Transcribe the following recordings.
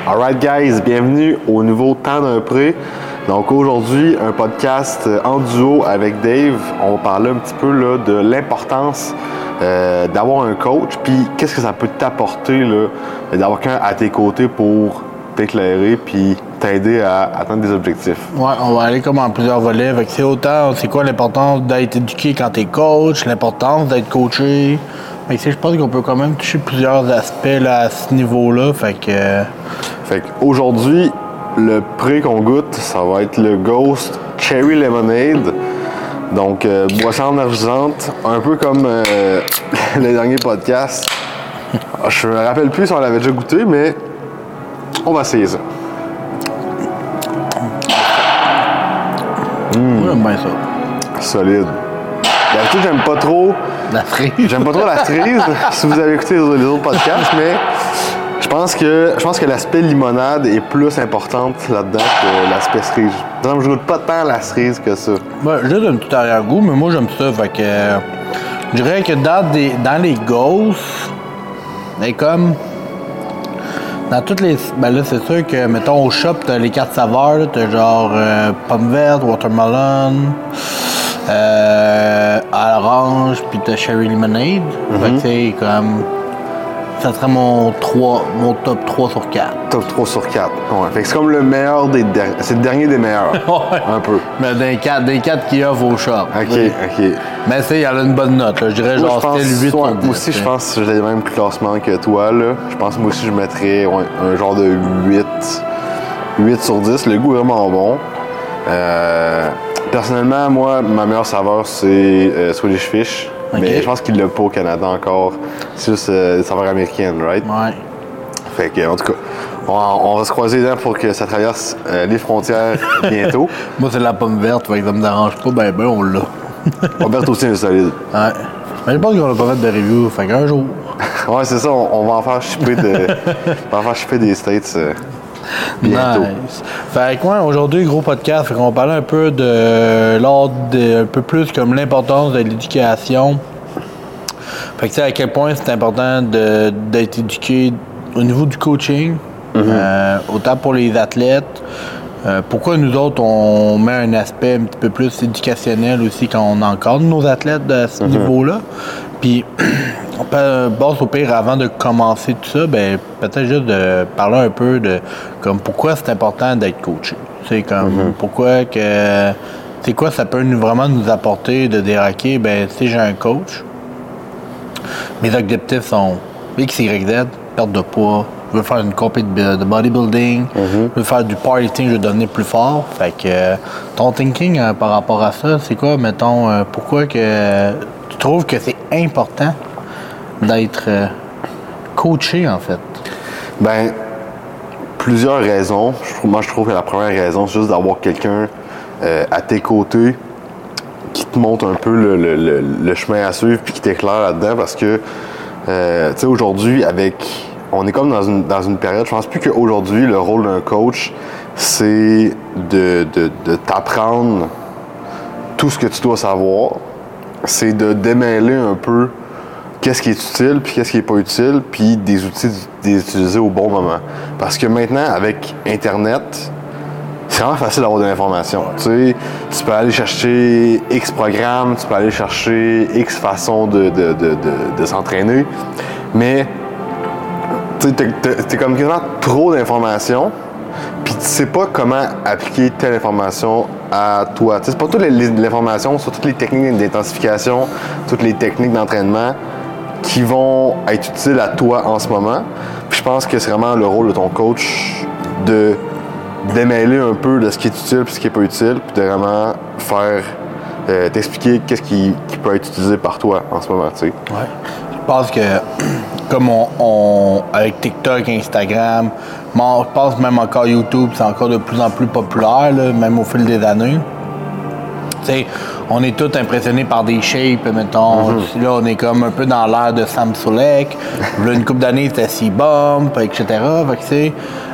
Alright guys, bienvenue au nouveau Temps d'un pré. Donc aujourd'hui, un podcast en duo avec Dave. On va parler un petit peu là, de l'importance d'avoir un coach, puis qu'est-ce que ça peut t'apporter là, d'avoir quelqu'un à tes côtés pour t'éclairer puis t'aider à atteindre des objectifs. Ouais, on va aller comme en plusieurs volets. Fait que c'est autant, c'est quoi l'importance d'être éduqué quand t'es coach, l'importance d'être coaché. Fait que je pense qu'on peut quand même toucher plusieurs aspects là, à ce niveau-là. Fait qu'aujourd'hui, le pré qu'on goûte, ça va être le Ghost Cherry Lemonade. Donc, boisson énergisante, un peu comme le dernier podcast. Je me rappelle plus si on l'avait déjà goûté, mais on va essayer ça. Moi, j'aime bien ça. Solide. D'habitude, j'aime pas trop la cerise. J'aime pas trop la cerise, si vous avez écouté les autres podcasts, mais je pense que l'aspect limonade est plus importante là-dedans que l'aspect cerise. Donc, je goûte pas tant la cerise que ça. Ouais, juste un petit arrière-goût, mais moi, j'aime ça. Fait que je dirais que dans les Ghosts, mais comme dans toutes les... Ben là, c'est sûr que, mettons, au shop, t'as les 4 saveurs. Là, t'as genre pomme verte, watermelon, à l'orange, puis t'as cherry lemonade. Fait que c'est comme... Ça serait mon top 3 sur 4. Top 3 sur 4. Ouais. Fait que c'est comme le meilleur des derniers. C'est le dernier des meilleurs. Ouais. Un peu. Mais des 4 qu'il offre au shop. OK. Mais c'est, il y a une bonne note. Là. Je dirais genre c'était le 8 sur 10. Moi aussi, je pense que j'ai le même classement que toi. Là. Je pense que moi aussi, je mettrais un genre de 8 sur 10. Le goût est vraiment bon. Personnellement, moi, ma meilleure saveur, c'est Swedish Fish. Okay. Mais je pense qu'il l'a pas au Canada encore. C'est juste des saveurs américaines, right? Ouais. Fait que, en tout cas, on va se croiser les dents pour que ça traverse les frontières bientôt. Moi, c'est la pomme verte, fait que ça me dérange pas, ben on l'a. Pomme verte aussi, c'est solide. Ouais. Mais je pense qu'on a pas fait de review, fait qu'un jour. Ouais, c'est ça, on va en faire shipper des States bientôt. Nice. Fait que moi, aujourd'hui, gros podcast, fait qu'on va parler un peu un peu plus comme l'importance de l'éducation. Fait que tu sais à quel point c'est important d'être éduqué au niveau du coaching, autant pour les athlètes. Pourquoi nous autres, on met un aspect un petit peu plus éducationnel aussi quand on encadre nos athlètes à ce niveau-là. Puis, au pire, avant de commencer tout ça, ben peut-être juste de parler un peu de comme pourquoi c'est important d'être coaché. C'est comme pourquoi que c'est quoi ça peut vraiment nous apporter de dire OK, ben si j'ai un coach, mes objectifs sont X, Y, Z, perte de poids, je veux faire une compétition de bodybuilding, je veux faire du powerlifting, je veux devenir plus fort. Fait que ton thinking par rapport à ça, c'est quoi, mettons, pourquoi que tu trouves que c'est important d'être coaché, en fait? Ben, plusieurs raisons. Moi, je trouve que la première raison, c'est juste d'avoir quelqu'un à tes côtés qui te montre un peu le chemin à suivre puis qui t'éclaire là-dedans parce que, tu sais, aujourd'hui, on est comme dans une période, je pense plus qu'aujourd'hui, le rôle d'un coach, c'est de t'apprendre tout ce que tu dois savoir. C'est de démêler un peu qu'est-ce qui est utile puis qu'est-ce qui est pas utile, puis des outils d'utiliser au bon moment. Parce que maintenant, avec Internet, c'est vraiment facile d'avoir de l'information. Tu sais, tu peux aller chercher X programmes, tu peux aller chercher X façons de s'entraîner, mais tu sais, t'es comme quasiment trop d'informations, puis tu sais pas comment appliquer telle information à toi. T'sais, c'est pas toute l'information sur toutes les techniques d'intensification, toutes les techniques d'entraînement qui vont être utiles à toi en ce moment. Puis je pense que c'est vraiment le rôle de ton coach de démêler un peu de ce qui est utile et ce qui est pas utile, puis de vraiment faire t'expliquer qu'est-ce qui peut être utilisé par toi en ce moment. T'sais. Ouais. Je pense que comme on avec TikTok, Instagram, je pense même encore YouTube, c'est encore de plus en plus populaire, là, même au fil des années. T'sais, on est tous impressionnés par des shapes, mettons. Là, on est comme un peu dans l'ère de Sam Sulek. Là, une couple d'années, c'était C-Bump, etc. Fait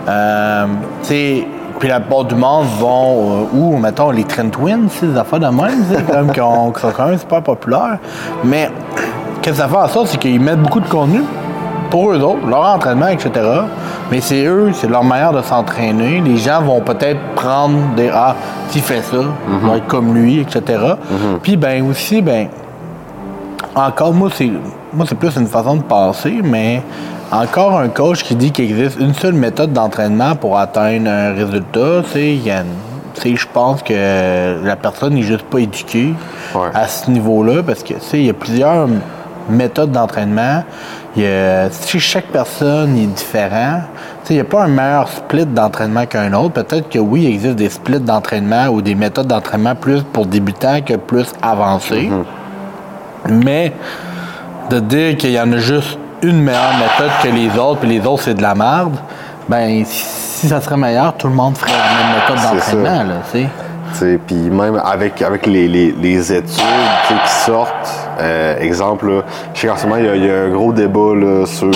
que, puis la plupart du monde vont où, mettons, les Trent Twins, ces affaires de même, comme qui sont quand même super populaires. Mais qu'est-ce que ça fait en sorte, c'est qu'ils mettent beaucoup de contenu pour eux autres, leur entraînement, etc. Mais c'est eux, c'est leur manière de s'entraîner. Les gens vont peut-être prendre des s'il fait ça, il va être comme lui, etc. Puis ben aussi, encore, moi c'est plus une façon de penser, mais encore un coach qui dit qu'il existe une seule méthode d'entraînement pour atteindre un résultat, je pense que la personne n'est juste pas éduquée à ce niveau-là, parce que il y a plusieurs méthodes d'entraînement. Chaque personne est différent. Il n'y a pas un meilleur split d'entraînement qu'un autre. Peut-être que oui, il existe des splits d'entraînement ou des méthodes d'entraînement plus pour débutants que plus avancés. Mais de dire qu'il y en a juste une meilleure méthode que les autres, puis les autres, c'est de la merde, si ça serait meilleur, tout le monde ferait la même méthode d'entraînement, là, puis même avec les études qui sortent, exemple, là, je sais qu'en ce moment, il y a un gros débat là, sur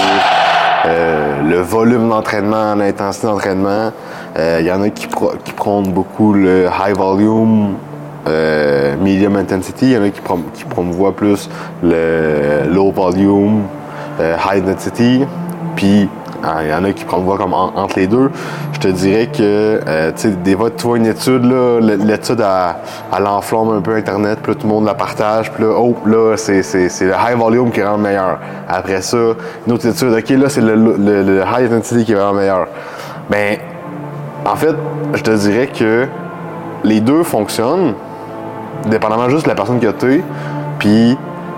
le volume d'entraînement, l'intensité d'entraînement. Il y en a qui prônent beaucoup le high volume, medium intensity. Il y en a qui promouvoient plus le low volume, high intensity. Puis il y en a qui promouvoient comme entre les deux. Je te dirais que, des fois, tu vois une étude, là, l'étude, elle enflamme un peu Internet, puis là, tout le monde la partage, puis là, c'est le high volume qui est vraiment meilleur. Après ça, une autre étude, OK, là, c'est le high intensity qui est vraiment meilleur. En fait, je te dirais que les deux fonctionnent, dépendamment juste de la personne que tu es, puis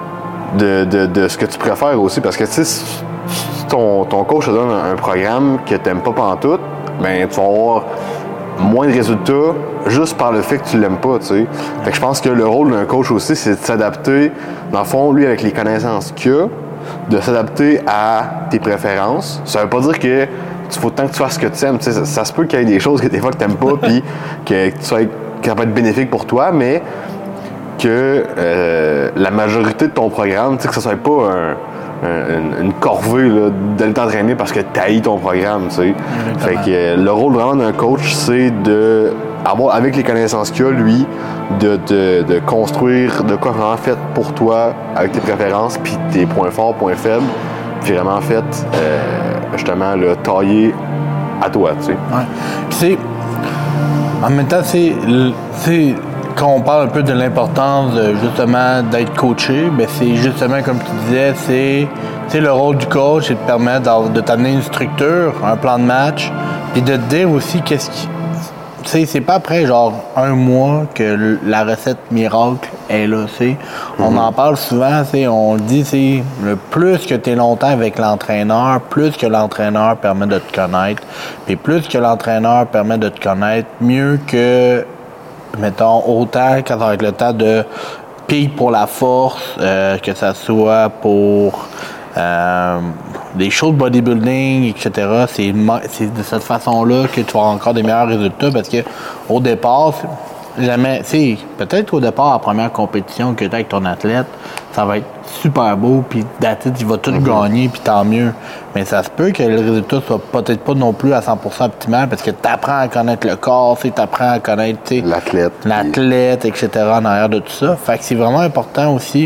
de ce que tu préfères aussi, parce que, tu sais, ton coach te donne un programme que tu n'aimes pas pantoute, tu vas avoir moins de résultats juste par le fait que tu l'aimes pas, tu sais. Fait que je pense que le rôle d'un coach aussi, c'est de s'adapter, dans le fond, lui, avec les connaissances qu'il a, de s'adapter à tes préférences. Ça veut pas dire que faut tant que tu fasses ce que tu aimes. Tu sais, ça se peut qu'il y ait des choses que des fois que tu n'aimes pas, puis que ça va être bénéfique pour toi, mais que la majorité de ton programme, tu sais, que ça soit pas une corvée là, d'aller t'entraîner parce que tu haïs ton programme, tu sais. Fait que le rôle vraiment d'un coach, c'est de avoir, avec les connaissances qu'il a, lui, de construire de quoi vraiment fait pour toi, avec tes préférences, puis tes points forts, points faibles, puis vraiment fait, justement, le tailler à toi, tu sais. Ouais. Puis en même temps, quand on parle un peu de l'importance justement d'être coaché, c'est justement comme tu disais, c'est le rôle du coach, c'est de permettre de t'amener une structure, un plan de match, puis de te dire aussi c'est pas après genre un mois que la recette miracle est là, On en parle souvent, on dit, le plus que tu es longtemps avec l'entraîneur, plus que l'entraîneur permet de te connaître, puis plus que l'entraîneur permet de te connaître, mieux que mettons, autant quand ça va être le temps de pique pour la force, que ça soit pour des shows de bodybuilding, etc. C'est de cette façon-là que tu vas avoir encore des meilleurs résultats parce que au départ, peut-être qu'au départ, la première compétition que tu as avec ton athlète, ça va être super beau, puis il va tout gagner, puis tant mieux. Mais ça se peut que le résultat soit peut-être pas non plus à 100% optimal parce que tu apprends à connaître le corps, tu apprends à connaître l'athlète, etc. en arrière de tout ça. Fait que c'est vraiment important aussi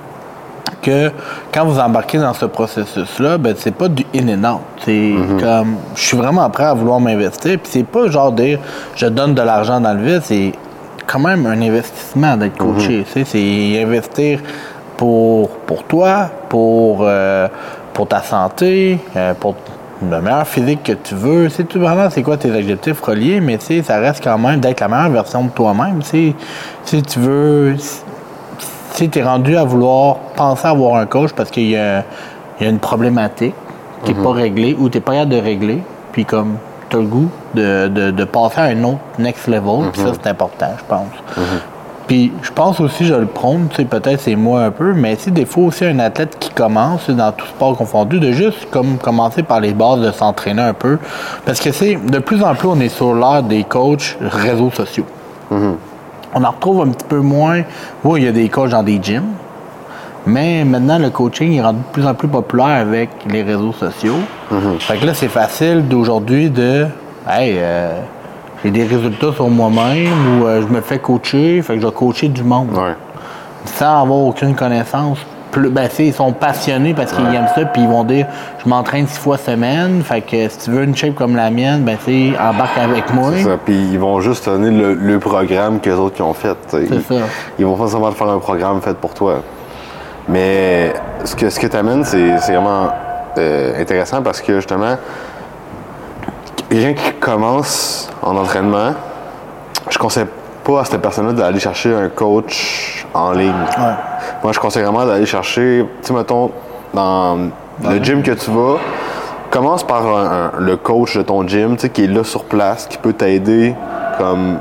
que quand vous embarquez dans ce processus-là, c'est pas du in and out. C'est comme, je suis vraiment prêt à vouloir m'investir, puis c'est pas genre dire, je donne de l'argent dans le vide, c'est quand même un investissement d'être coaché. C'est investir pour toi, pour ta santé, pour le meilleur physique que tu veux. C'est quoi tes objectifs reliés, mais ça reste quand même d'être la meilleure version de toi-même. Si tu veux... Si tu es rendu à vouloir penser à avoir un coach parce qu'il y a une problématique qui n'est pas réglée ou tu n'es pas capable de régler, puis comme tu as le goût de passer à un autre next level, puis ça, c'est important, je pense. Puis je pense aussi, je le prône, peut-être c'est moi un peu, mais des fois aussi un athlète qui commence, dans tout sport confondu, de juste comme commencer par les bases, de s'entraîner un peu. Parce que de plus en plus, on est sur l'ère des coachs réseaux sociaux. On en retrouve un petit peu moins. Oui, il y a des coachs dans des gyms, mais maintenant, le coaching est rendu de plus en plus populaire avec les réseaux sociaux. Fait que là, c'est facile d'aujourd'hui j'ai des résultats sur moi-même ou je me fais coacher, fait que je vais coacher du monde. Sans avoir aucune connaissance ils sont passionnés parce qu'ils aiment ça, puis ils vont dire je m'entraîne 6 fois semaine, fait que si tu veux une shape comme la mienne, embarque avec moi. C'est ça, puis ils vont juste donner le programme qu'eux autres qui ont fait. C'est ça. Ils vont pas seulement te faire un programme fait pour toi. Mais ce que tu amènes, c'est vraiment intéressant parce que justement, quelqu'un qui commence en entraînement, je conseille pas à cette personne-là d'aller chercher un coach en ligne. Ouais. Moi, je conseille vraiment d'aller chercher, tu sais, mettons, dans le gym que tu vas, commence par le coach de ton gym, tu sais, qui est là sur place, qui peut t'aider comme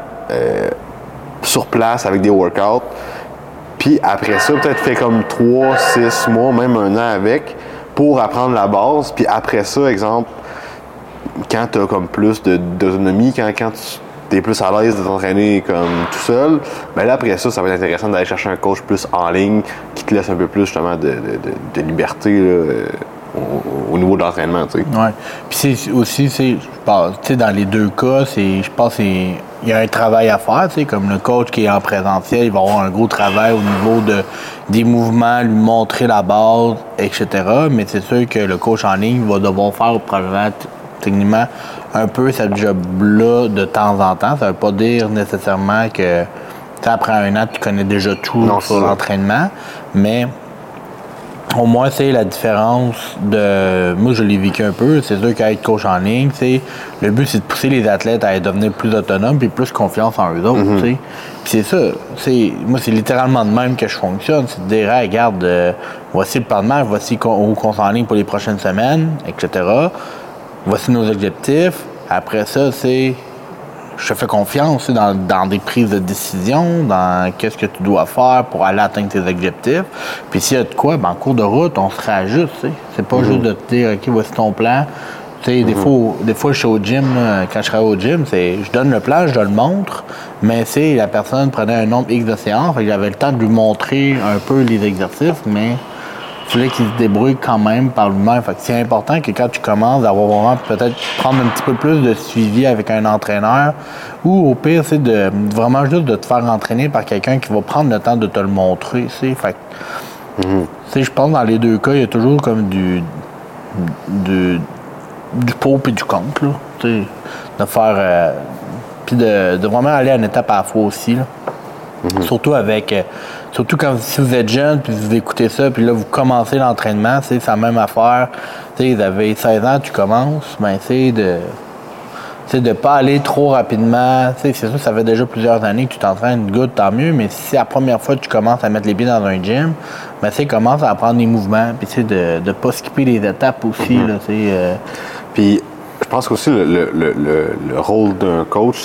sur place avec des workouts. Puis après ça, peut-être fais comme 3, 6 mois, même 1 an avec, pour apprendre la base. Puis après ça, exemple, quand tu as comme plus d'autonomie, quand tu es plus à l'aise de t'entraîner comme tout seul, bien là, après ça va être intéressant d'aller chercher un coach plus en ligne qui te laisse un peu plus justement de liberté là, au niveau de l'entraînement, tu sais. Oui. Puis c'est aussi, je pense, tu sais, dans les deux cas, je pense qu'il y a un travail à faire, tu sais, comme le coach qui est en présentiel, il va avoir un gros travail au niveau des mouvements, lui montrer la base, etc. Mais c'est sûr que le coach en ligne va devoir faire probablement techniquement un peu cette job-là de temps en temps. Ça veut pas dire nécessairement que après 1 an, tu connais déjà tout sur l'entraînement, mais au moins, c'est la différence de... Moi, je l'ai vécu un peu. C'est sûr qu'être coach en ligne, le but, c'est de pousser les athlètes à devenir plus autonomes et plus confiance en eux autres. Puis c'est ça. Moi, c'est littéralement de même que je fonctionne. C'est de dire, hey, regarde, voici le plan de match, voici où on s'enligne pour les prochaines semaines, etc. Voici nos objectifs. Après ça, je te fais confiance dans des prises de décision, dans qu'est-ce que tu dois faire pour aller atteindre tes objectifs. Puis s'il y a de quoi, en cours de route, on se réajuste. C'est pas juste de te dire, OK, voici ton plan. Des fois, je suis au gym, quand je travaille au gym, je donne le plan, je le montre, mais la personne prenait un nombre X de séances, fait que j'avais le temps de lui montrer un peu les exercices, mais il fallait qu'il se débrouille quand même par lui-même. Fait que c'est important que quand tu commences, d'avoir vraiment peut-être prendre un petit peu plus de suivi avec un entraîneur ou au pire, c'est de vraiment juste de te faire entraîner par quelqu'un qui va prendre le temps de te le montrer. Fait que, je pense que dans les deux cas, il y a toujours comme du pour et du contre. Là, de faire... puis de vraiment aller à une étape à la fois aussi. Là. Surtout si vous êtes jeune, puis vous écoutez ça, puis là, vous commencez l'entraînement, c'est la même affaire. Vous avez 16 ans, tu commences, c'est de pas aller trop rapidement. C'est sûr, ça fait déjà plusieurs années que tu t'entraînes, good, tant mieux, mais si c'est la première fois que tu commences à mettre les pieds dans un gym, commence à apprendre des mouvements, puis de pas skipper les étapes aussi. Puis, je pense qu'aussi le rôle d'un coach,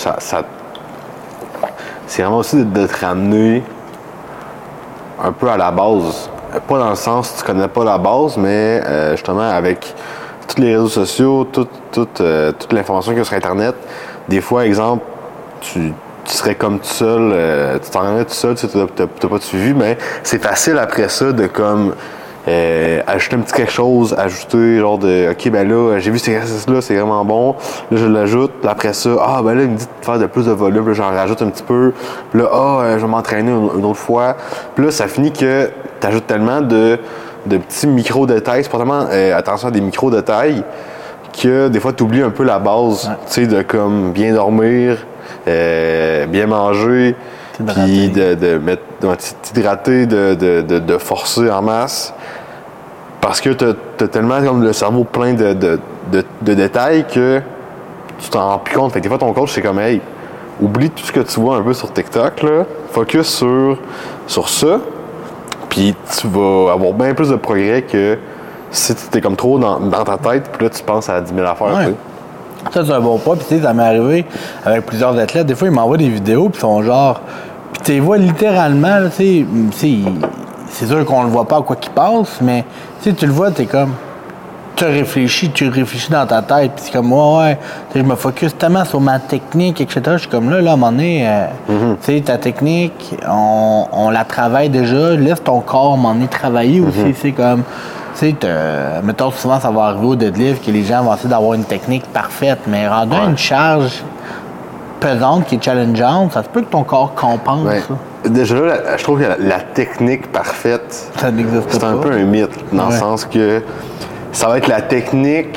c'est vraiment aussi de te ramener un peu à la base. Pas dans le sens que tu connais pas la base, mais justement avec tous les réseaux sociaux, toute l'information qu'il y a sur Internet. Des fois, exemple, tu serais comme tout seul, tu t'entraînerais tout seul, tu n'as pas de suivi, mais c'est facile après ça de comme ajouter un petit quelque chose, ajouter genre de OK, ben là, j'ai vu cet exercice-là, c'est vraiment bon. Là, je l'ajoute. Puis après ça, ben là, il me dit de faire de plus de volume. Là, j'en rajoute un petit peu. Puis là, je vais m'entraîner une autre fois. Puis là, ça finit que tu ajoutes tellement de petits micro-détails. C'est pas tellement attention à des micro-détails que des fois, tu oublies un peu la base, tu sais, de comme bien dormir, bien manger, puis de t'hydrater, de forcer en masse. Parce que t'as tellement comme le cerveau plein de détails que tu t'en rends plus compte. Fait que des fois, ton coach, c'est comme, hey, oublie tout ce que tu vois un peu sur TikTok, là. Focus sur ça. Puis tu vas avoir bien plus de progrès que si tu es comme trop dans ta tête, puis là, tu penses à 10 000 affaires. Ouais. Ça, c'est un bon point. Puis ça m'est arrivé avec plusieurs athlètes. Des fois, ils m'envoient des vidéos, puis ils sont genre... Puis tu les vois littéralement, là, tu sais, c'est sûr qu'on le voit pas à quoi qu'ils pensent, mais tu le vois, t'es comme... Tu réfléchis dans ta tête, puis c'est comme, ouais, je me focus tellement sur ma technique, etc. Je suis comme là, à un moment donné, tu sais, ta technique, on la travaille déjà, laisse ton corps, à un moment donné, travailler aussi. C'est comme, tu sais, mettons, souvent, ça va arriver au deadlift que les gens vont essayer d'avoir une technique parfaite, mais rendu à une charge pesante, qui est challengeante, ça se peut que ton corps compense ça. Déjà là, je trouve que la technique parfaite, Ça n'existe pas. c'est un peu un mythe, dans le sens que ça va être la technique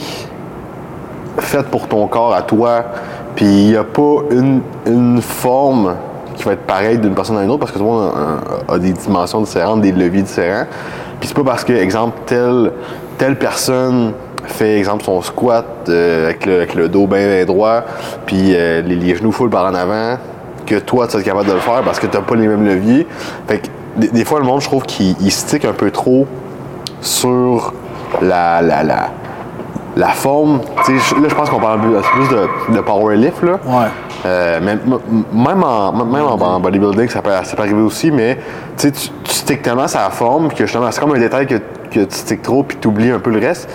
faite pour ton corps à toi, puis il n'y a pas une forme qui va être pareille d'une personne à une autre, parce que tout le monde a des dimensions différentes, des leviers différents. Puis c'est pas parce que, exemple, telle personne fait, exemple, son squat avec le dos bien droit, puis les genoux full par en avant, que toi, tu es capable de le faire parce que tu n'as pas les mêmes leviers. Fait que des fois, le monde, je trouve qu'il stick un peu trop sur la forme. Là, je pense qu'on parle plus de powerlift, là. Ouais. Même en bodybuilding, ça peut arriver aussi, mais tu sticks tellement sa forme que justement, c'est comme un détail que tu sticks trop puis tu oublies un peu le reste.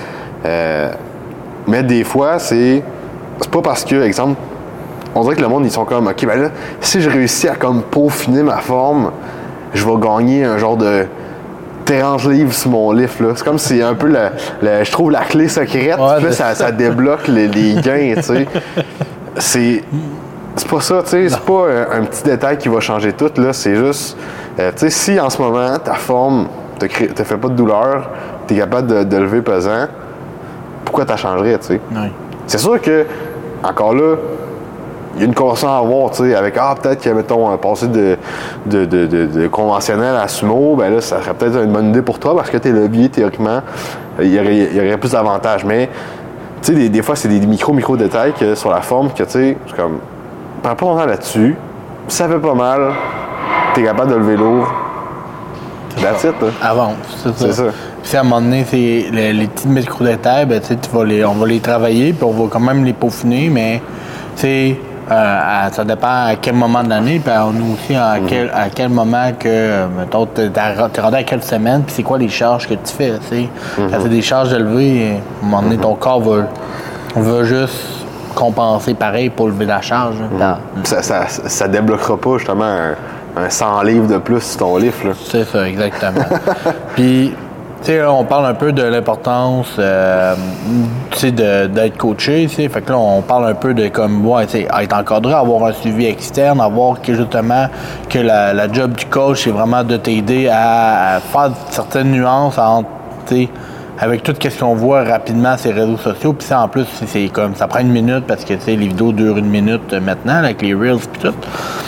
Mais des fois, c'est pas parce que, exemple, on dirait que le monde, ils sont comme, OK, ben là, si je réussis à comme peaufiner ma forme, je vais gagner un genre de 40 livres sur mon lift, là. C'est comme si un peu, je trouve, la clé secrète, puis là, ça débloque les gains, tu sais. C'est pas ça, tu sais. C'est pas un petit détail qui va changer tout, là. C'est juste, tu sais, si en ce moment, ta forme te fait pas de douleur, t'es capable de lever pesant, pourquoi t'as changerais, tu sais? Oui. C'est sûr que, encore là, il y a une conversation à avoir, tu sais, avec, peut-être que, mettons, passer de conventionnel à sumo, ben là, ça serait peut-être une bonne idée pour toi parce que tes leviers, théoriquement, il y aurait plus d'avantages. Mais, tu sais, des fois, c'est des micro détails que, sur la forme que, tu sais, c'est comme, prends pas longtemps là-dessus, ça fait pas mal, t'es capable de lever lourd. That's it, là. Avance, c'est ça. Puis à un moment donné, c'est les petits micro-détails, ben, on va les travailler, puis on va quand même les peaufiner, mais, tu sais, ça dépend à quel moment de l'année, puis nous aussi à quel moment que, mettons, t'es rendu à quelle semaine, puis c'est quoi les charges que tu fais, tu sais. Quand c'est des charges élevées, à un moment donné, ton corps va juste compenser pareil pour lever la charge. Ça débloquera pas, justement, un 100 livres de plus sur ton lift, là. C'est ça, exactement. Puis, tu sais, on parle un peu de l'importance, tu sais, d'être coaché, tu sais. Fait que là, on parle un peu de comme, tu sais, être encadré, avoir un suivi externe, avoir que justement que la job du coach, c'est vraiment de t'aider à faire certaines nuances entre, tu sais, avec tout ce qu'on voit rapidement sur les réseaux sociaux. Puis ça, en plus, c'est comme, ça prend 1 minute parce que, tu sais, les vidéos durent 1 minute maintenant, avec les Reels puis tout.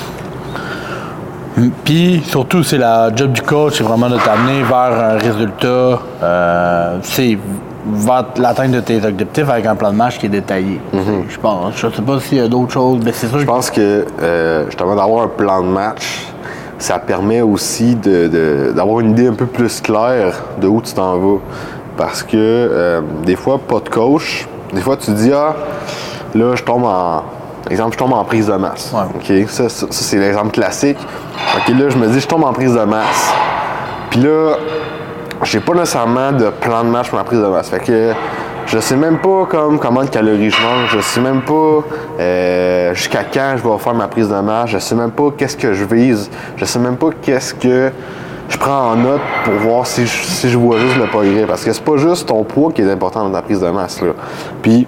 Puis, surtout, c'est la job du coach, c'est vraiment de t'amener vers un résultat, c'est vers l'atteinte de tes objectifs avec un plan de match qui est détaillé. Je pense. Je sais pas s'il y a d'autres choses, mais c'est sûr. Je pense que, justement, d'avoir un plan de match, ça permet aussi d'avoir une idée un peu plus claire de où tu t'en vas. Parce que, des fois, pas de coach, des fois, tu te dis, là, je tombe en prise de masse. Ouais. OK? Ça, c'est l'exemple classique. OK, là, je me dis, je tombe en prise de masse. Puis là, j'ai pas nécessairement de plan de match pour ma prise de masse. Fait que je sais même pas comment de calories je mange. Je sais même pas jusqu'à quand je vais faire ma prise de masse. Je sais même pas qu'est-ce que je vise. Je sais même pas qu'est-ce que je prends en note pour voir si je vois juste le progrès. Parce que c'est pas juste ton poids qui est important dans ta prise de masse, là. Puis,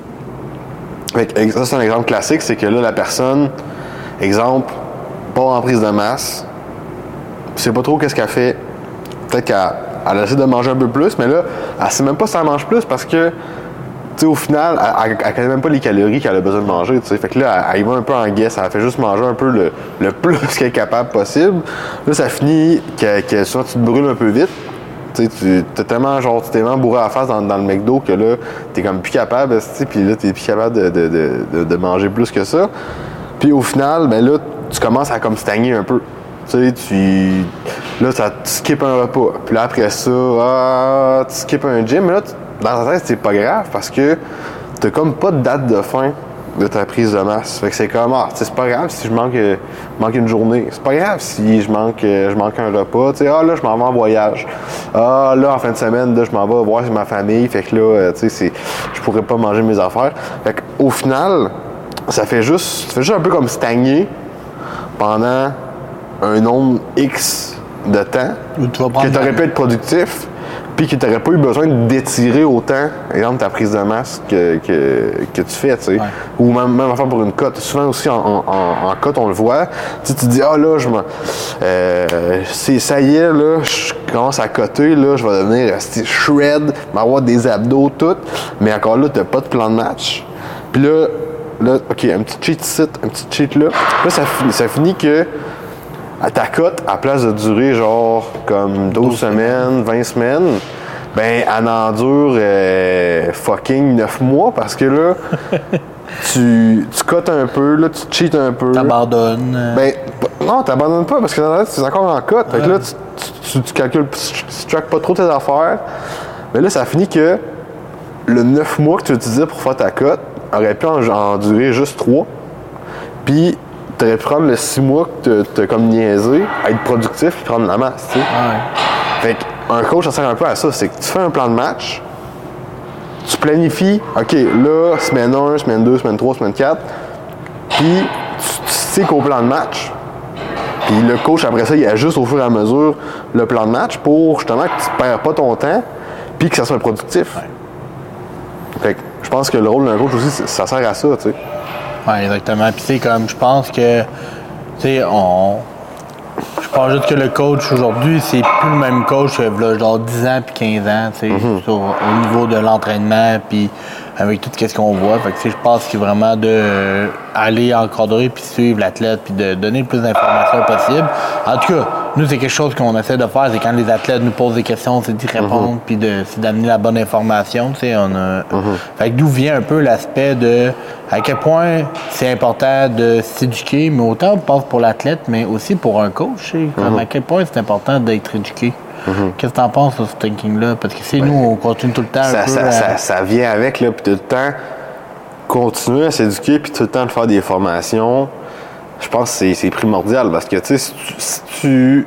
ça, c'est un exemple classique, c'est que là, la personne, exemple, part en prise de masse, je sais pas trop qu'est-ce qu'elle fait. Peut-être qu'elle essaie de manger un peu plus, mais là, elle sait même pas si elle mange plus parce que, tu sais, au final, elle connaît même pas les calories qu'elle a besoin de manger, tu sais. Fait que là, elle y va un peu en guess, elle fait juste manger un peu le plus qu'elle est capable possible. Là, ça finit que soit tu te brûles un peu vite. Tu t'es tellement bourré à la face dans le McDo que là, t'es comme plus capable, puis là, t'es plus capable de manger plus que ça. Puis au final, ben là, tu commences à comme stagner un peu. Tu sais, là, tu skippes un repas. Puis là, après ça, tu skippes un gym. Mais là, dans ta tête, c'est pas grave parce que t'as comme pas de date de fin de ta prise de masse. Fait que c'est comme, c'est pas grave si je manque une journée. C'est pas grave si je manque un repas. Tu sais, là, je m'en vais en voyage. Là, en fin de semaine, là, je m'en vais voir ma famille. Fait que là, tu sais, je pourrais pas manger mes affaires. Fait qu'au final, ça fait juste un peu comme stagner pendant un nombre X de temps que tu aurais pu être productif. puis que tu n'aurais pas eu besoin d'étirer autant, exemple, ta prise de masse que tu fais, tu sais. Ouais. Ou même affaire pour une cote. Souvent aussi, en cote, on le voit. Tu te dis, là, ça y est, là, je commence à coter, là, je vais devenir shred, m'avoir des abdos, tout. Mais encore là, tu n'as pas de plan de match. Puis là, OK, un petit cheat ici, un petit cheat là. Là, ça finit que à ta cote, à place de durer genre comme 12 semaines, 20 semaines, ben elle endure fucking 9 mois parce que là, tu cotes un peu, là, tu cheats un peu. T'abandonnes. Ben, non, t'abandonnes pas parce que dans la tête, tu es encore en cote. Fait que là, tu calcules, tu traques pas trop tes affaires. Mais là, ça finit que le 9 mois que tu utilisais pour faire ta cote aurait pu en durer juste 3. Puis, tu aurais pu prendre le 6 mois que tu as comme niaisé, être productif et prendre la masse, tu sais. Fait qu'un coach, ça sert un peu à ça. C'est que tu fais un plan de match, tu planifies, OK, là, semaine 1, semaine 2, semaine 3, semaine 4, puis tu sais qu'au plan de match, puis le coach, après ça, il ajuste au fur et à mesure le plan de match pour, justement, que tu ne perds pas ton temps puis que ça soit productif. Fait que je pense que le rôle d'un coach aussi, ça sert à ça, tu sais. Oui, exactement. Puis, tu sais, comme je pense que, tu sais, je pense juste que le coach aujourd'hui, c'est plus le même coach que, genre, 10 ans puis 15 ans, tu sais, au niveau de l'entraînement, puis avec tout ce qu'on voit. Fait que, tu sais, je pense qu'il y a vraiment d'aller encadrer puis suivre l'athlète puis de donner le plus d'informations possible. En tout cas, nous, c'est quelque chose qu'on essaie de faire, c'est quand les athlètes nous posent des questions, c'est d'y répondre puis c'est d'amener la bonne information, tu sais. Fait que d'où vient un peu l'aspect de à quel point c'est important de s'éduquer, mais autant, je pense, pour l'athlète, mais aussi pour un coach, tu sais, comme à quel point c'est important d'être éduqué. Qu'est-ce que tu en penses de ce thinking-là? Parce que c'est nous, on continue tout le temps ça vient avec, là, puis tout le temps continuer à s'éduquer, puis tout le temps de faire des formations. Je pense que c'est primordial, parce que, tu sais, si tu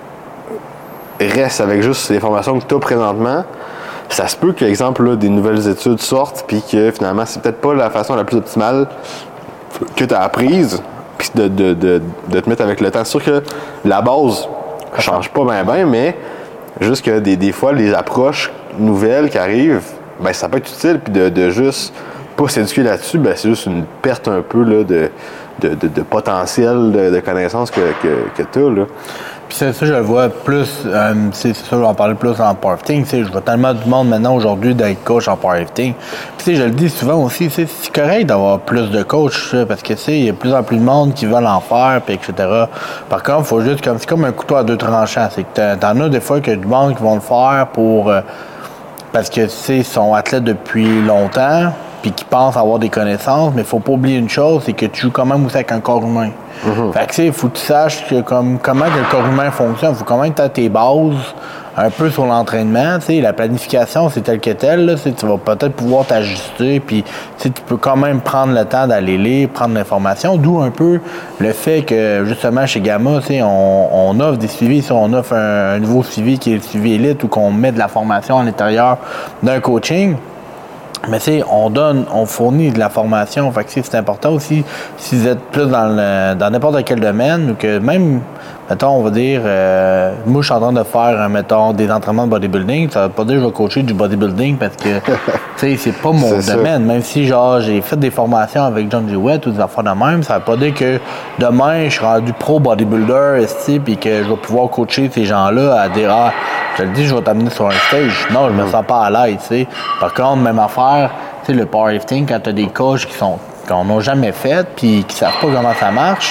restes avec juste les formations que tu as présentement, ça se peut que, exemple, là, des nouvelles études sortent, puis que, finalement, c'est peut-être pas la façon la plus optimale que tu as apprise, puis de te mettre avec le temps. C'est sûr que la base change pas bien, mais juste que des fois, les approches nouvelles qui arrivent, ben ça peut être utile, puis de juste pas s'éduquer là-dessus, ben c'est juste une perte un peu là, de potentiel de connaissances que tu as, là. Puis ça, je le vois plus, c'est ça, j'en parlais plus en powerlifting. Je vois tellement de monde maintenant aujourd'hui d'être coach en powerlifting. Puis je le dis souvent aussi, c'est correct d'avoir plus de coachs, parce que il y a de plus en plus de monde qui veulent en faire, puis etc. Par contre, faut juste c'est comme un couteau à deux tranchants. C'est que t'en as des fois que du monde qui vont le faire pour parce que ils sont athlètes depuis longtemps, puis qui pensent avoir des connaissances, mais faut pas oublier une chose, c'est que tu joues quand même aussi avec un corps humain. Fait que il faut que tu saches que, comment que le corps humain fonctionne. Il faut quand même que tu aies tes bases un peu sur l'entraînement. La planification, c'est tel que tel. Là, tu vas peut-être pouvoir t'ajuster. Puis tu peux quand même prendre le temps d'aller lire, prendre l'information. D'où un peu le fait que, justement, chez Gamma, on offre des suivis. On offre un nouveau suivi qui est le suivi élite ou qu'on met de la formation à l'intérieur d'un coaching. Mais on fournit de la formation. Fait que c'est important aussi si vous êtes plus dans n'importe quel domaine ou que même, mettons, on va dire, moi je suis en train de faire, mettons, des entraînements de bodybuilding. Ça veut pas dire que je vais coacher du bodybuilding parce que, c'est pas mon domaine. Même si, genre, j'ai fait des formations avec John Jewett ou des affaires de même, ça veut pas dire que demain je suis rendu pro bodybuilder, puis que je vais pouvoir coacher ces gens-là à dire, je te le dis, je vais t'amener sur un stage. Non, je me sens pas à l'aise, tu sais. Par contre, même affaire, tu sais, le powerlifting, quand t'as des coachs qu'on n'a jamais fait puis qui savent pas comment ça marche,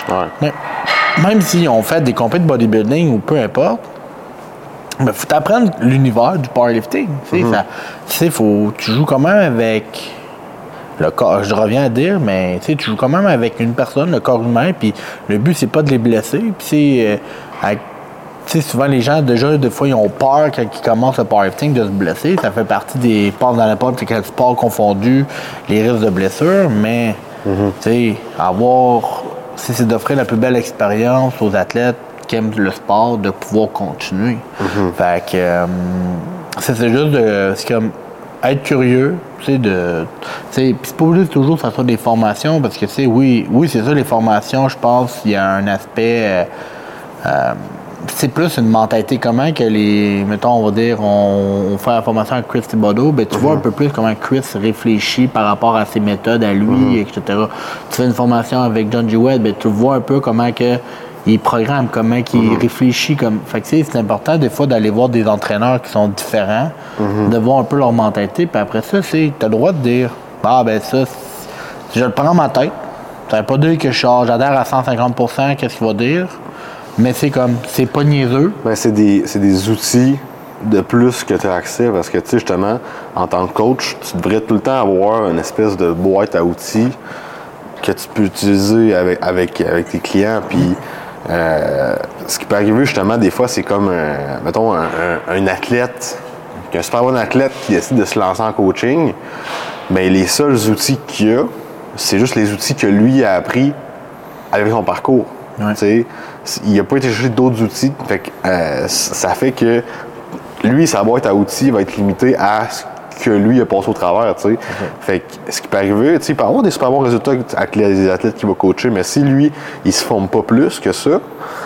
même s'ils ont fait des compétitions de bodybuilding ou peu importe, il faut t'apprendre l'univers du powerlifting. Tu joues quand même avec le corps. Je reviens à dire, mais tu joues quand même avec une personne, le corps humain, puis le but, c'est pas de les blesser. Puis souvent, les gens, déjà, des fois, ils ont peur quand ils commencent le powerlifting de se blesser. Ça fait partie des passes dans n'importe quel sport confondu, les risques de blessure. Mais, c'est d'offrir la plus belle expérience aux athlètes qui aiment le sport, de pouvoir continuer. Fait que, c'est juste c'est comme être curieux, puis c'est pas obligé toujours que ça soit des formations, parce que, oui, c'est ça, les formations, je pense, il y a un aspect... c'est plus une mentalité. Comment que mettons, on va dire, on fait la formation avec Chris Thibodeau, ben tu vois un peu plus comment Chris réfléchit par rapport à ses méthodes à lui, etc. Tu fais une formation avec John G. Webb, ben tu vois un peu comment que il programme, comment qu'il réfléchit. Fait que c'est important des fois d'aller voir des entraîneurs qui sont différents, de voir un peu leur mentalité, puis après ça, tu as le droit de dire ben ça, je le prends en ma tête. Ça veut pas dire que j'adhère à 150%, qu'est-ce qu'il va dire. Mais c'est pas niaiseux. Ben, c'est des outils de plus que tu as accès parce que, tu sais, justement, en tant que coach, tu devrais tout le temps avoir une espèce de boîte à outils que tu peux utiliser avec tes clients. Puis, ce qui peut arriver, justement, des fois, c'est comme, mettons, un athlète, un super bon athlète qui décide de se lancer en coaching, mais les seuls outils qu'il a, c'est juste les outils que lui a appris avec son parcours. Ouais. Il n'a pas été chercher d'autres outils. Fait que, ça fait que lui, sa boîte à outils va être limitée à ce que lui a passé au travers. Okay. Fait que ce qui peut arriver, il peut avoir des super bons résultats avec les athlètes qu'il va coacher, mais si lui, il se forme pas plus que ça,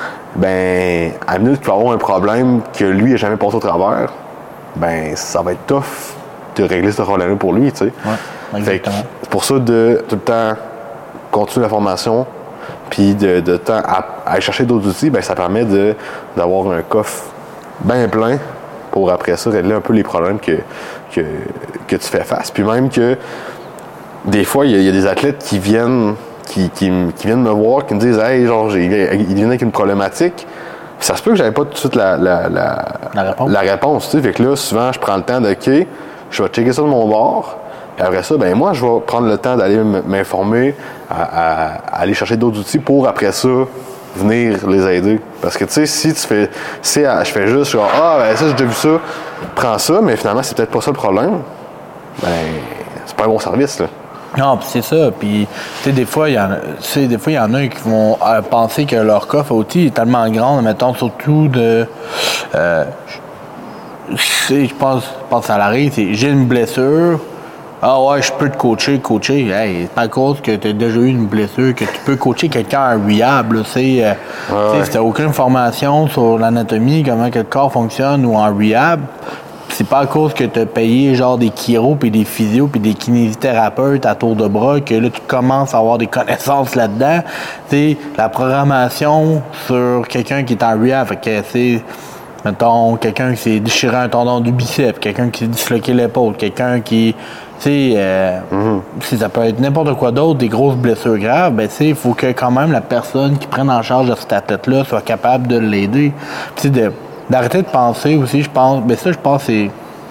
ben à minute qu'il va avoir un problème que lui n'a jamais passé au travers, ben ça va être tough de régler ce problème-là pour lui. Ouais, fait que c'est pour ça de tout le temps continuer la formation. Puis de temps à aller chercher d'autres outils, ben ça permet d'avoir un coffre bien plein pour après ça régler un peu les problèmes que tu fais face. Puis même que des fois, il y a des athlètes qui viennent me voir, qui me disent « Hey, genre, ils viennent avec une problématique. » Puis ça se peut que j'avais pas tout de suite la réponse. Tu sais. Fait que là, souvent, je prends le temps de « OK, je vais checker ça de mon bord. » Puis après ça, ben moi, je vais prendre le temps d'aller m'informer, à aller chercher d'autres outils pour, après ça, venir les aider. Parce que, tu sais, si tu fais... je fais juste, genre, ben ça, j'ai déjà vu ça, prends ça, mais finalement, c'est peut-être pas ça le problème, ben, c'est pas un bon service, là. Non, puis c'est ça. Puis, tu sais, des fois, il y en a qui vont penser que leur coffre à outils est tellement grand, mettons, surtout de... je pense à l'arrêt, c'est j'ai une blessure. Ah ouais, je peux te coacher. Hey, c'est pas à cause que tu as déjà eu une blessure que tu peux coacher quelqu'un en rehab. Si tu n'as aucune formation sur l'anatomie, comment que le corps fonctionne ou en rehab, c'est pas à cause que tu as payé genre des chiro puis des physios puis des kinésithérapeutes à tour de bras que là tu commences à avoir des connaissances là-dedans. T'sais, la programmation sur quelqu'un qui est en rehab, fait que c'est mettons quelqu'un qui s'est déchiré un tendon du biceps, quelqu'un qui s'est disloqué l'épaule, quelqu'un qui si ça peut être n'importe quoi d'autre, des grosses blessures graves, ben il faut que quand même la personne qui prenne en charge de cette athlète-là soit capable de l'aider. Puis d'arrêter de penser aussi, je pense, je pense c'est...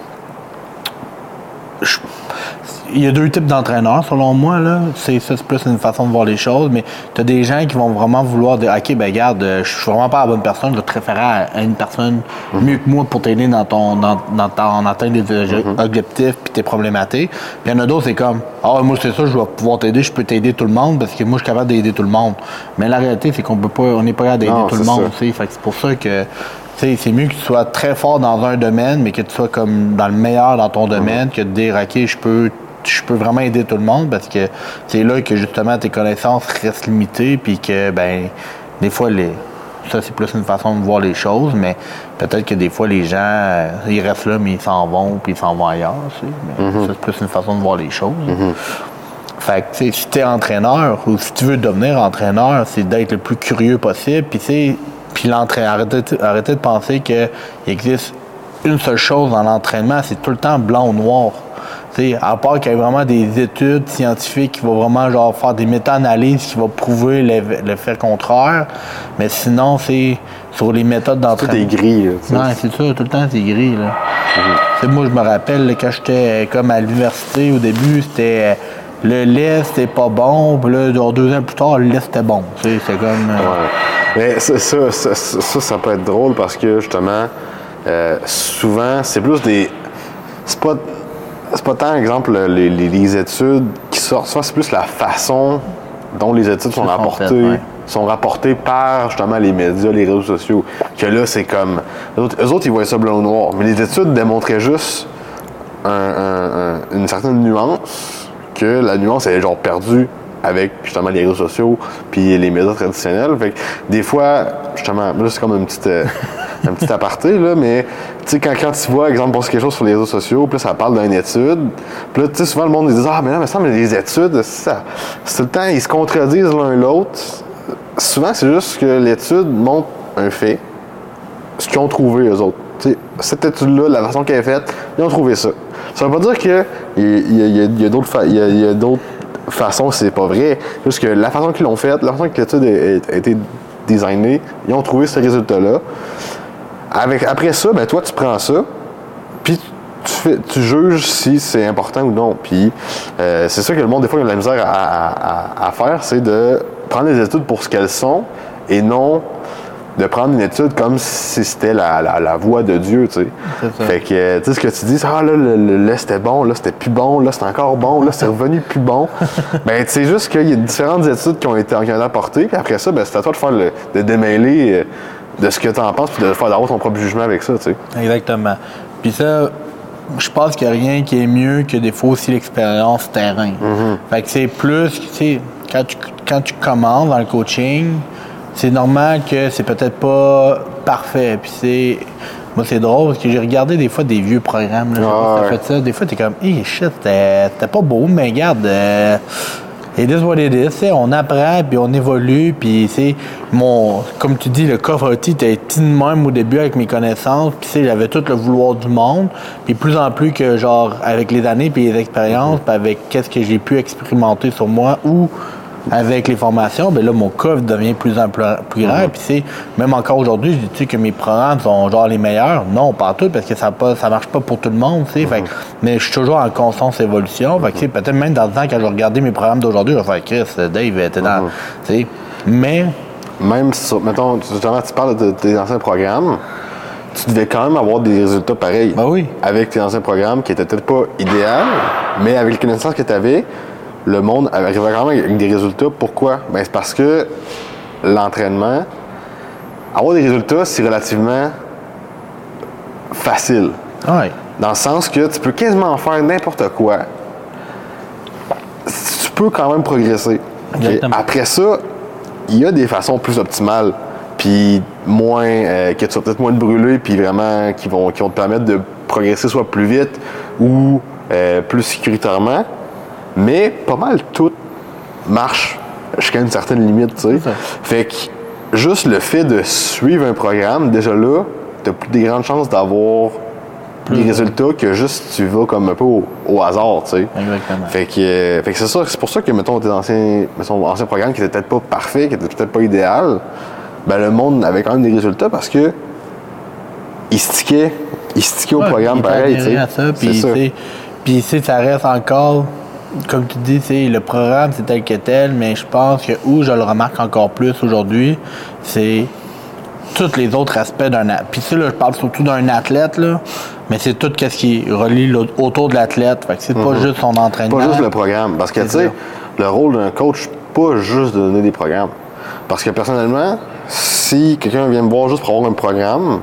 Il y a deux types d'entraîneurs, selon moi, là. C'est plus une façon de voir les choses, mais tu as des gens qui vont vraiment vouloir dire « OK, ben regarde, je suis vraiment pas la bonne personne, je vais te référer à une personne mieux que moi pour t'aider dans ton atteinte des objectifs puis tes problématiques. » Puis il y en a d'autres, c'est comme « Ah, moi, c'est ça, je vais pouvoir t'aider, je peux t'aider tout le monde parce que moi, je suis capable d'aider tout le monde. » Mais la réalité, c'est qu'on peut pas, on n'est pas capable d'aider tout le monde, tu sais. Fait que c'est pour ça que c'est mieux que tu sois très fort dans un domaine, mais que tu sois comme dans le meilleur dans ton domaine, que de dire « OK, je peux vraiment aider tout le monde parce que c'est là que justement tes connaissances restent limitées puis que ben des fois ça c'est plus une façon de voir les choses, mais peut-être que des fois les gens ils restent là mais ils s'en vont puis ils s'en vont ailleurs, tu sais. Mais ça c'est plus une façon de voir les choses. Fait que si tu es entraîneur ou si tu veux devenir entraîneur, c'est d'être le plus curieux possible puis arrêtez de penser qu'il existe une seule chose dans l'entraînement, c'est tout le temps blanc ou noir. T'sais, à part qu'il y ait vraiment des études scientifiques qui vont vraiment genre faire des méta-analyses qui vont prouver l'effet contraire, mais sinon c'est sur les méthodes d'entraînement. C'est tout des grilles. Non, c'est ça, tout le temps c'est gris. Là. Moi je me rappelle là, quand j'étais comme à l'université au début, c'était le lait c'était pas bon, puis là 2 ans plus tard le lait c'était bon. C'est comme. Mais ça peut être drôle parce que justement souvent c'est plus des. C'est pas tant, exemple, les études qui sortent. Soit c'est plus la façon dont les études sont rapportées par, justement, les médias, les réseaux sociaux. Que là, c'est comme... Eux autres, ils voient ça blanc ou noir. Mais les études démontraient juste une certaine nuance, que la nuance, elle est genre perdue avec justement les réseaux sociaux puis les médias traditionnels. Fait que des fois, justement, là c'est comme un petit aparté, là, mais tu sais, quand tu vois, exemple, passer quelque chose sur les réseaux sociaux, puis là, ça parle d'une étude, puis là, tu sais, souvent le monde dit « Ah, mais là, il me semble que les études, c'est tout le temps, ils se contredisent l'un l'autre. » Souvent, c'est juste que l'étude montre un fait, ce qu'ils ont trouvé, eux autres. T'sais, cette étude-là, la façon qu'elle est faite, ils ont trouvé ça. Ça veut pas dire qu'il y a d'autres façons, c'est pas vrai. Juste que la façon qu'ils l'ont faite, la façon que l'étude a été designée, ils ont trouvé ce résultat-là. Après ça, ben toi, tu prends ça, puis tu juges si c'est important ou non. Puis c'est ça que le monde, des fois, il a de la misère à faire, c'est de prendre les études pour ce qu'elles sont et non de prendre une étude comme si c'était la voix de Dieu, tu sais. Fait que, tu sais, ce que tu dis, c'est « Ah, là, c'était bon, là, c'était plus bon, là, c'est encore bon, là, c'est revenu plus bon. » Ben, tu sais, juste qu'il y a différentes études qui ont été apportées, puis après ça, ben, c'est à toi de faire de démêler de ce que tu en penses, puis de faire d'avoir ton propre jugement avec ça, tu sais. Exactement. Puis ça, je pense qu'il n'y a rien qui est mieux que des fois aussi l'expérience terrain. Mm-hmm. Fait que c'est plus, tu sais, quand tu commences dans le coaching, c'est normal que c'est peut-être pas parfait. Puis moi, c'est drôle parce que j'ai regardé des fois des vieux programmes. Là, fait ça. Des fois, t'es comme, hey, shit, c'était pas beau, mais regarde, it is what it is. On apprend, puis on évolue. Puis, comme tu dis, le coffre était petit de même au début avec mes connaissances. Puis, j'avais tout le vouloir du monde. Puis, plus en plus que, genre, avec les années, puis les expériences, puis avec qu'est-ce que j'ai pu expérimenter sur moi ou avec les formations, ben là, mon coffre devient plus grand. Puis, même encore aujourd'hui, je dis que mes programmes sont genre les meilleurs. Non, pas tout, parce que ça marche pas pour tout le monde, tu sais. Mais je suis toujours en constante évolution. Fait que, peut-être même dans le temps, quand je regardais mes programmes d'aujourd'hui, je vais faire Chris, Dave, t'es dans. Tu sais. Mais. Même si, mettons, justement, tu parles de tes anciens programmes, tu devais quand même avoir des résultats pareils. Ben oui. Avec tes anciens programmes qui étaient peut-être pas idéaux, mais avec les connaissances que tu avais, le monde arrivait quand même avec des résultats. Pourquoi? Ben, c'est parce que l'entraînement, avoir des résultats, c'est relativement facile. Ouais. Dans le sens que tu peux quasiment faire n'importe quoi. Tu peux quand même progresser. Okay? Après ça, il y a des façons plus optimales, puis moins, que tu vas peut-être moins te brûler, puis vraiment qui vont te permettre de progresser soit plus vite ou plus sécuritairement. Mais pas mal tout marche jusqu'à une certaine limite, tu sais. Fait que juste le fait de suivre un programme, déjà là, t'as plus des grandes chances d'avoir des résultats que juste tu vas comme un peu au hasard, tu sais. Exactement. Fait que c'est ça, c'est pour ça que, mettons, tes anciens programmes qui étaient peut-être pas parfaits, qui étaient peut-être pas idéal, ben le monde avait quand même des résultats parce que il stickait au programme pareil, tu sais. Puis ça reste encore. Comme tu dis, le programme, c'est tel que tel, mais je pense que où je le remarque encore plus aujourd'hui, c'est tous les autres aspects d'un athlète. Puis ça, là, je parle surtout d'un athlète, là, mais c'est tout ce qui relie autour de l'athlète. Fait que c'est pas juste son entraînement. Pas juste le programme. Parce que, tu sais, le rôle d'un coach, pas juste de donner des programmes. Parce que, personnellement, si quelqu'un vient me voir juste pour avoir un programme,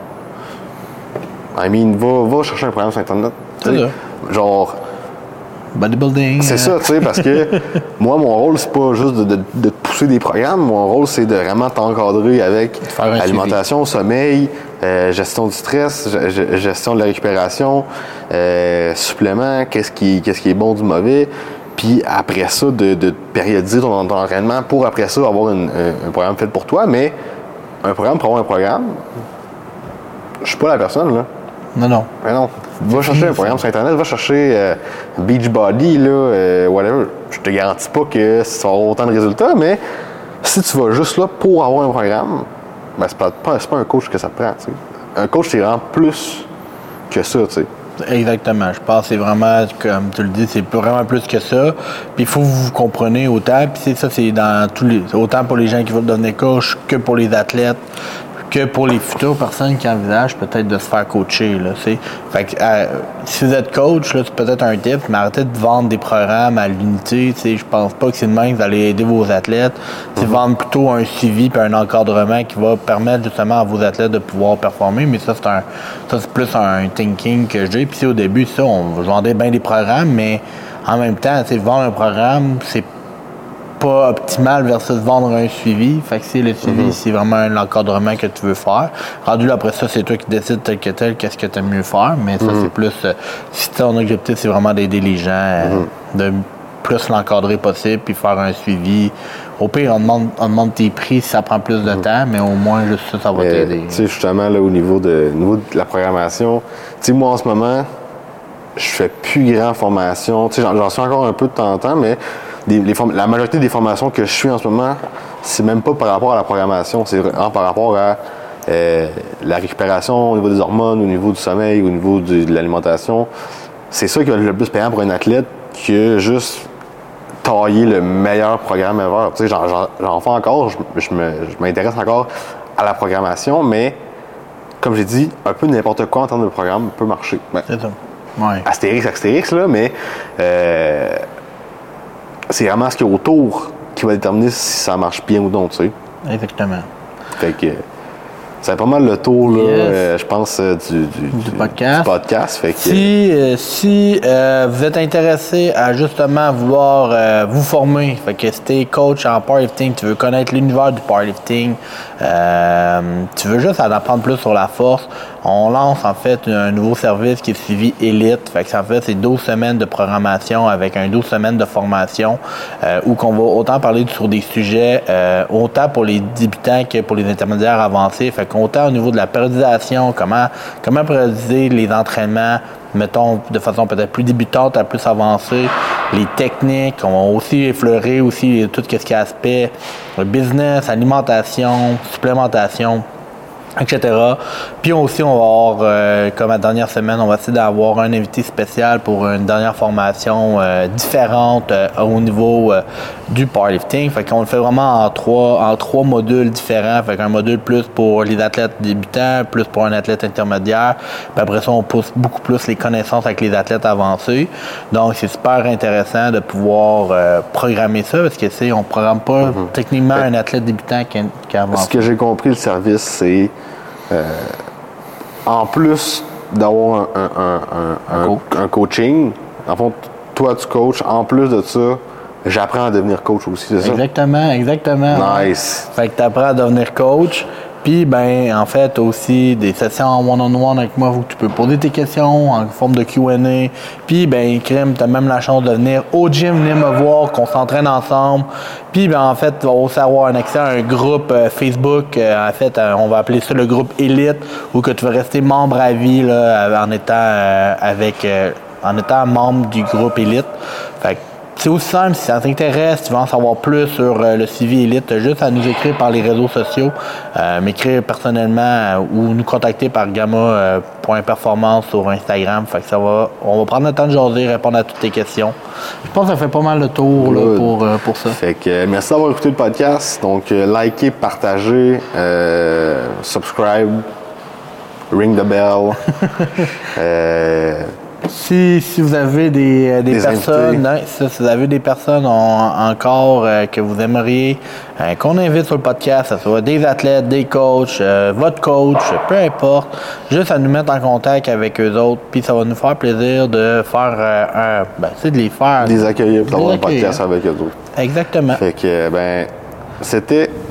va chercher un programme sur Internet. Genre... bodybuilding. C'est ça, tu sais, parce que moi, mon rôle, c'est pas juste de te pousser des programmes. Mon rôle, c'est de vraiment t'encadrer avec alimentation, sommeil, gestion du stress, gestion de la récupération, suppléments, qu'est-ce qui est bon du mauvais. Puis après ça, de périodiser ton entraînement pour après ça avoir un programme fait pour toi. Mais un programme pour avoir un programme, je suis pas la personne, là. Non. Mais non. Va chercher un programme sur Internet, va chercher Beachbody, là, whatever. Je te garantis pas que ça va avoir autant de résultats, mais si tu vas juste là pour avoir un programme, ben c'est pas un coach que ça te prend, tu sais. Un coach, c'est vraiment plus que ça, tu sais. Exactement. Je pense que c'est vraiment, comme tu le dis, c'est vraiment plus que ça. Puis il faut que vous compreniez autant. Puis c'est dans autant pour les gens qui veulent devenir coach que pour les athlètes, que pour les futures personnes qui envisagent peut-être de se faire coacher. Là, fait que, si vous êtes coach, là, c'est peut-être un tip, mais arrêtez de vendre des programmes à l'unité. Je pense pas que c'est de même que vous allez aider vos athlètes. C'est vendre plutôt un suivi et un encadrement qui va permettre justement à vos athlètes de pouvoir performer. Mais ça, c'est plus un thinking que j'ai. Puis au début, je vendais bien des programmes, mais en même temps, vendre un programme, c'est pas optimal versus vendre un suivi. Fait que si le suivi, c'est vraiment l'encadrement que tu veux faire. Rendu là, après ça, c'est toi qui décides tel que tel, qu'est-ce que tu aimes mieux faire. Mais ça, c'est plus, si ton objectif, c'est vraiment d'aider les gens, de plus l'encadrer possible, puis faire un suivi. Au pire, on demande tes prix si ça prend plus de temps, mais au moins, juste ça va t'aider. Tu sais, justement, là, au niveau de la programmation, tu sais, moi, en ce moment, je fais plus grand formation. Tu sais, j'en suis encore un peu de temps en temps, mais la majorité des formations que je suis en ce moment, c'est même pas par rapport à la programmation, c'est vraiment par rapport à la récupération au niveau des hormones, au niveau du sommeil, au niveau de l'alimentation. C'est ça qui va être le plus payant pour un athlète que juste tailler le meilleur programme ever. Tu sais, j'en fais encore, je m'intéresse encore à la programmation, mais comme j'ai dit, un peu n'importe quoi en termes de programme peut marcher. Ben, c'est ça. Ouais. Astérix, là, mais c'est vraiment ce qu'il y a autour qui va déterminer si ça marche bien ou non, tu sais. Exactement. Fait que c'est pas mal le tour, là, Yes. je pense, du podcast. Fait que, si vous êtes intéressé à justement vouloir vous former, fait que si t'es coach en powerlifting, tu veux connaître l'univers du powerlifting, tu veux juste en apprendre plus sur la force, on lance en fait un nouveau service qui est suivi Elite. Fait que en fait, c'est 12 semaines de programmation avec un 12 semaines de formation où qu'on va autant parler sur des sujets autant pour les débutants que pour les intermédiaires avancés. Fait qu'autant au niveau de la périodisation, comment périodiser les entraînements, mettons, de façon peut-être plus débutante à plus avancée, les techniques, on va aussi effleurer aussi tout ce qui est aspect business, alimentation, supplémentation, etc. Puis aussi, on va avoir, comme la dernière semaine, on va essayer d'avoir un invité spécial pour une dernière formation différente au niveau du powerlifting. Fait qu'on le fait vraiment en trois modules différents. Fait qu'un module plus pour les athlètes débutants, plus pour un athlète intermédiaire. Puis après ça, on pousse beaucoup plus les connaissances avec les athlètes avancés. Donc, c'est super intéressant de pouvoir programmer ça parce que, tu sais, on programme pas techniquement un athlète débutant qui avance. Ce que j'ai compris, le service, c'est en plus d'avoir un coaching, en fond, toi tu coaches, en plus de ça, j'apprends à devenir coach aussi, c'est ça? Exactement. Nice. Fait que tu apprends à devenir coach. Puis, ben, en fait, t'as aussi des sessions en one-on-one avec moi où tu peux poser tes questions en forme de Q&A. Puis, ben, crème, t'as même la chance de venir au gym, venir me voir, qu'on s'entraîne ensemble. Puis, ben, en fait, tu vas aussi avoir un accès à un groupe Facebook. En fait, on va appeler ça le groupe Élite, où que tu vas rester membre à vie là, en étant membre du groupe Élite. Fait que, c'est aussi simple, si ça t'intéresse, tu veux en savoir plus sur le suivi Élite, tu as juste à nous écrire par les réseaux sociaux, m'écrire personnellement ou nous contacter par gamma.performance sur Instagram. Fait que on va prendre le temps de jaser, répondre à toutes tes questions. Je pense que ça fait pas mal le tour là, pour ça. Fait que merci d'avoir écouté le podcast. Donc, likez, partagez, subscribe, ring the bell. Si vous avez des personnes, si vous avez des personnes encore que vous aimeriez qu'on invite sur le podcast, que ce soit des athlètes, des coachs, votre coach, peu importe, juste à nous mettre en contact avec eux autres, puis ça va nous faire plaisir de faire de les faire. Des accueillir pour avoir un podcast avec eux autres. Exactement. Fait que, c'était